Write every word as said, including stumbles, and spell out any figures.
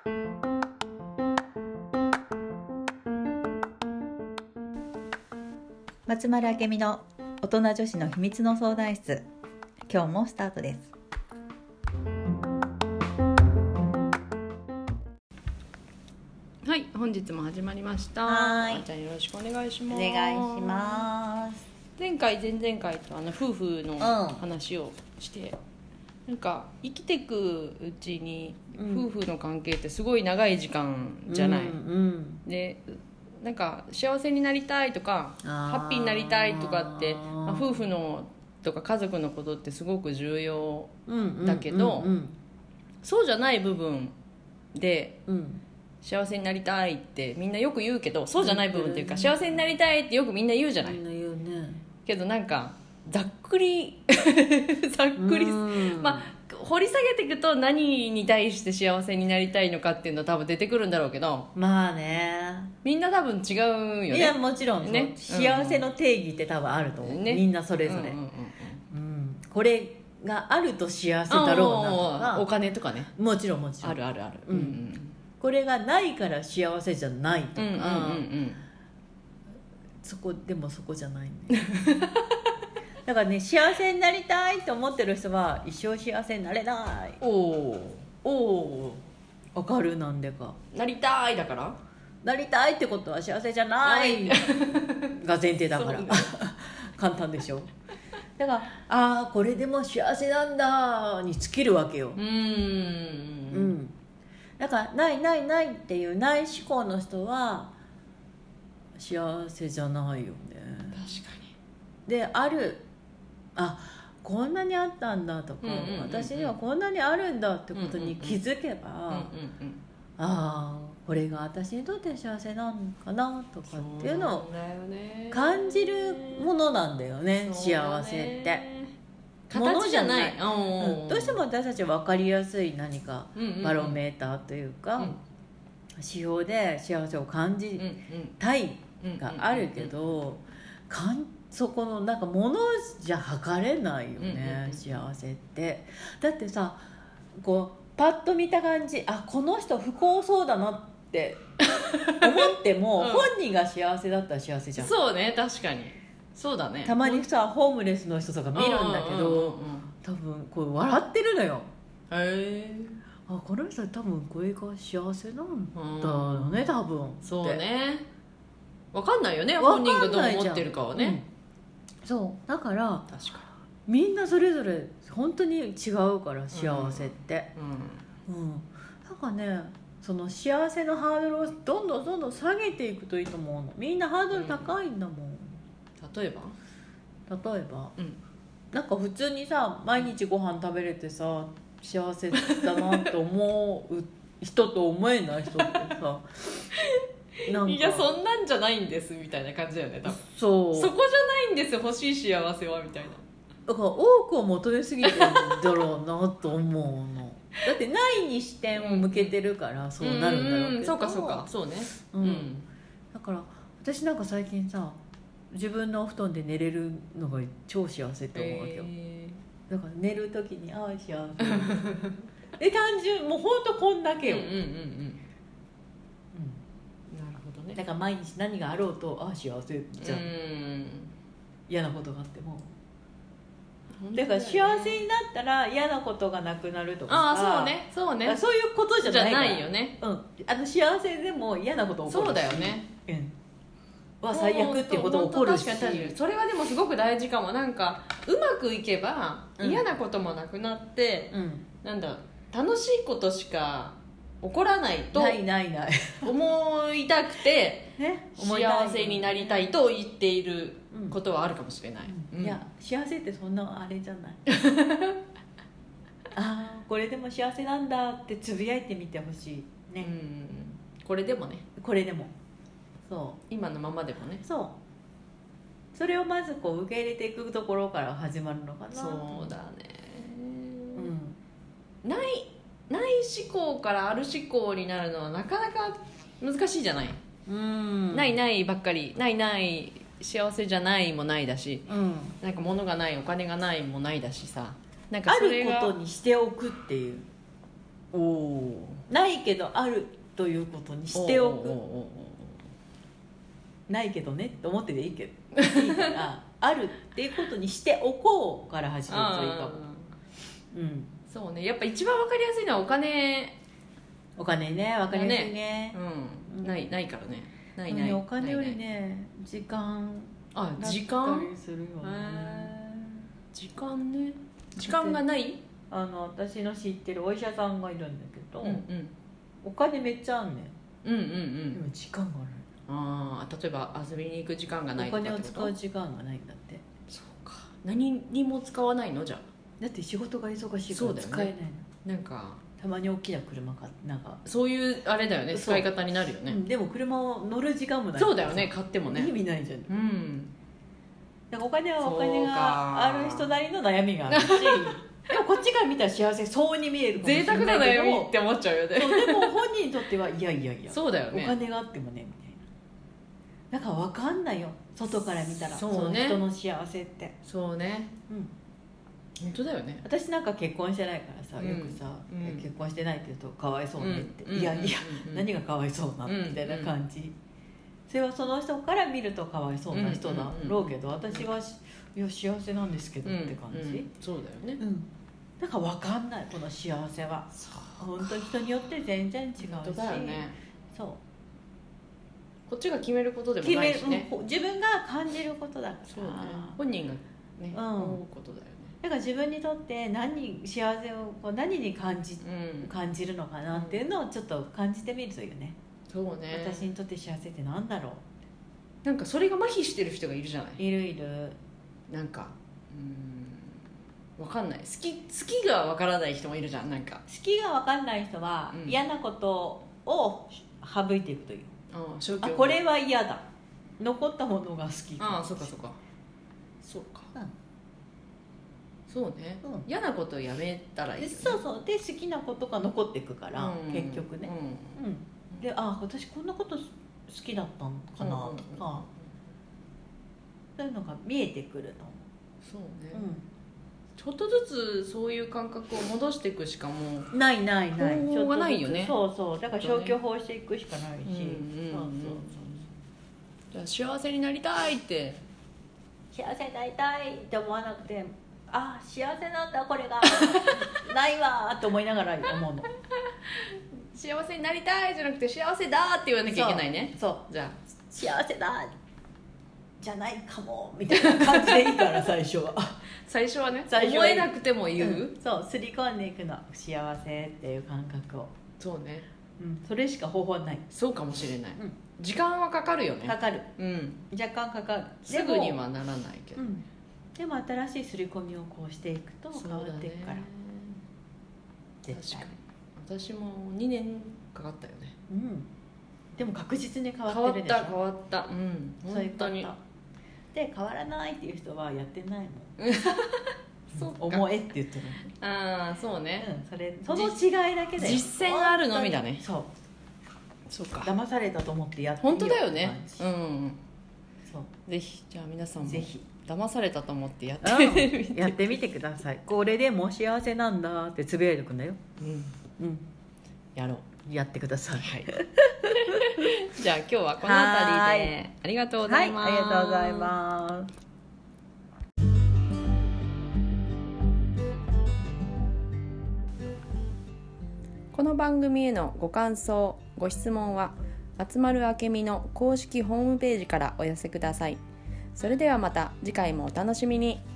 松丸明美の大人女子の秘密の相談室、今日もスタートです。 はい、本日も始まりました。 はい、 あーちゃんよろしくお願いします。 お願いします。 前回前々回とあの夫婦の話をして、うん、なんか生きてくうちに夫婦の関係ってすごい長い時間じゃない、うんうん、でなんか幸せになりたいとかハッピーになりたいとかって、まあ、夫婦のとか家族のことってすごく重要だけど、うんうんうんうん、そうじゃない部分で、うん、幸せになりたいってみんなよく言うけど、そうじゃない部分っていうか、幸せになりたいってよくみんな言うじゃない。みんな言うね。けどなんかざっくりざっくり、まあ掘り下げていくと何に対して幸せになりたいのかっていうのは多分出てくるんだろうけど、 まあね、 みんな多分違うよね。 いやもちろんね、幸せの定義って多分あると思う、ね、みんなそれぞれ、うんうんうんうん、これがあると幸せだろうなとか、 お金とかね、 もちろんもちろんあるあるある、 うんうん、これがないから幸せじゃないとか、うんうんうんうん、そこでもそこじゃないねだからね、幸せになりたいと思ってる人は一生幸せになれない。 おおおわかる。なんでかなりたいだから、 なりたいってことは幸せじゃないが前提だから簡単でしょ。だからああこれでも幸せなんだに尽きるわけよ。うーん、うん、だからないないないっていうない思考の人は幸せじゃないよね。 確かに。 である、あこんなにあったんだとか、うんうんうんうん、私にはこんなにあるんだってことに気づけば、うんうんうん、ああこれが私にとって幸せなのかなとかっていうのを感じるものなんだよね、幸せって形じゃない、 うん、どうしても私たち分かりやすい何かバロメーターというか、うんうんうん、指標で幸せを感じたいがあるけど、かんそこのなんか物じゃ測れないよね、うんうんうん、幸せって。だってさこうパッと見た感じ、あこの人不幸そうだなって思っても、うん、本人が幸せだったら幸せじゃん。 そうね、確かにそうだね。 たまにさホームレスの人とか見るんだけど、うんうんうんうん、多分こう笑ってるのよ。へえ、あこの人多分これが幸せなんだろうね、うん、多分。 そうね、分かんないよね、本人がどう思ってるかはね、 うん、そうだから確かにみんなそれぞれ本当に違うから幸せって、うんうんうん、だからねその幸せのハードルをどんどんどんどん下げていくといいと思うの。みんなハードル高いんだもん、うん、 例えば例えば、うん、なんか普通にさ毎日ご飯食べれてさ幸せだなと思う人と思えない人ってさなんかいやそんなんじゃないんですみたいな感じだよね多分。 そうそこじゃないんです欲しい幸せはみたいな。 だから多くを求めすぎてるんだろうなと思うのだってないに視点を向けてるからそうなるんだろうけど、うん、 そうかそうかそうね、うんうん、 だから私なんか最近さ自分のお布団で寝れるのが超幸せって思うわけよ、えー、だから寝る時にああ幸せで単純もうほんとこんだけよ、うんうんうんうんだから毎日何があろうとああ幸せじゃん、うん、嫌なことがあってもだから幸せになったら嫌なことがなくなるとか、 ああそうねそうねそういうことじゃないからじゃないよね、 うん、あの幸せでも嫌なこと起こるしそうだよね、 うん、は最悪っていうこと起こるし、 確かに確かにそれはでもすごく大事かも。なんかうまくいけば嫌なこともなくなって、うん、なんだ楽しいことしか起こらないとないないない思いたくてね、幸せになりたいと言っていることはあるかもしれない、 うんうん、いや幸せってそんなあれじゃないああこれでも幸せなんだってつぶやいてみてほしいね、うん、 これでもねこれでもそう今のままでもね、 そうそれをまずこう受け入れていくところから始まるのかな。 そうだね、うん、ないない思考からある思考になるのはなかなか難しいじゃない。うんないないばっかりないない幸せじゃないもないだし、うん、なんか物がないお金がないもないだしさ、なんかそれがあることにしておくっていうおないけどあるということにしておく。おおないけどねって思ってていいけどいいからあるっていうことにしておこうから始めるといいかも。 うん、そうね、やっぱ一番わかりやすいのはお金。 お金ね、わかりやすいね。ね、 うん、ないないからね。ないない。 お金よりね、時間あ、時間するよね。 時間ね。時間がない？ あの私の知ってるお医者さんがいるんだけど、 うんうん、 お金めっちゃあんねん。 うんうんうん。 でも時間がない。 ああ、例えば遊びに行く時間がないとかってこと？ お金を使う時間がないんだって。 そうか。何にも使わないのじゃあ。 だって仕事が忙しいから使えないの。ね、 なんかたまに大きな車かなんかそういうあれだよね、使い方になるよね、 うん、でも車を乗る時間もない。 そうだよね、買ってもね意味ないじゃん。 うん。 だからお金はお金がある人なりの悩みがあるしでもこっちから見たら幸せそうに見えるかもしれないけど、 贅沢な悩みって思っちゃうよね。 そうでも本人にとってはいやいやいやそうだよね、 お金があってもねみたいな。だから分かんないよ、外から見たらそうね、 その人の幸せって。 そうね、うん、本当だよね。 私なんか結婚してないからさ、よくさ、うん、結婚してないって言うとかわいそうねって、うん、いやいや、うん、何がかわいそうな、うん、みたいな感じ。それはその人から見るとかわいそうな人だろうけど、私はいや幸せなんですけどって感じ、うんうん、 そうだよね、うん、 なんか分かんない、この幸せは本当に人によって全然違うし。 本当だよね。 そう、 こっちが決めることでもないしね、 決める、自分が感じることだから。 そうね、本人がね、うん、思うことだよね。 だから自分にとって何に幸せをこう何に感じ、うん、感じるのかなっていうのをちょっと感じてみるというね。 そうね、 私にとって幸せってなんだろう。なんかそれが麻痺してる人がいるじゃない。 いるいる。 なんかうーん、分かんない、好き好きが分からない人もいるじゃん。なんか好きが分かんない人は、うん、嫌なことを省いていくという。 ああ、消去法。 あ、これは嫌だ、残ったものが好き。 ああ、そうかそうかそうか、うん、そうね、うん、嫌なことをやめたらいいよね。 そうそう、で好きなことが残っていくから、うん、結局ね、うんうん、で、あ、私こんなこと好きだったのかなとか、そういうのが見えてくるの。 そうね、うん、ちょっとずつそういう感覚を戻していくしかもうないないない方法がないよね。 そうそう、だから消去法していくしかないし、そうそうそう。 じゃあ幸せになりたいって幸せになりたいって思わなくて、あ、幸せなんだこれがないわって思いながら思うの。 幸せになりたいじゃなくて幸せだって言わなきゃいけないね。 そう、 じゃあ幸せだじゃないかもみたいな感じでいいから最初は最初はね、思えなくても言う、うん、 そう、すり込んでいくの、幸せっていう感覚を。 そうね、 うん、それしか方法ない。 そうかもしれない、うん、時間はかかるよね。 かかる、 うん、 若干かかる。 すぐにはならないけど、うん、 でも新しいすり込みをこうしていくと変わっていくから、 絶対。確かに私もにねんかかったよね、 うん、でも確実に変わってるでしょ。 変わった変わった、うん、本当に。 で変わらないっていう人はやってないもんそう思えって言ってる。 ああ、そうね、 うん、それその違いだけで実践あるのみだね。 そうそうか、 騙されたと思ってやってみよう。 本当だよね、うん、 そうぜひじゃあ皆さんもぜひ騙されたと思ってやってみて、 うん、やってみてください。これでも幸せなんだってつぶやいてくんだよ。うん、うん、 やろう、 やってください、 はいじゃあ今日はこの辺りでありがとうございます。 はい、ありがとうございます。 この番組へのご感想ご質問は集まるあけみの公式ホームページからお寄せください。それではまた次回もお楽しみに。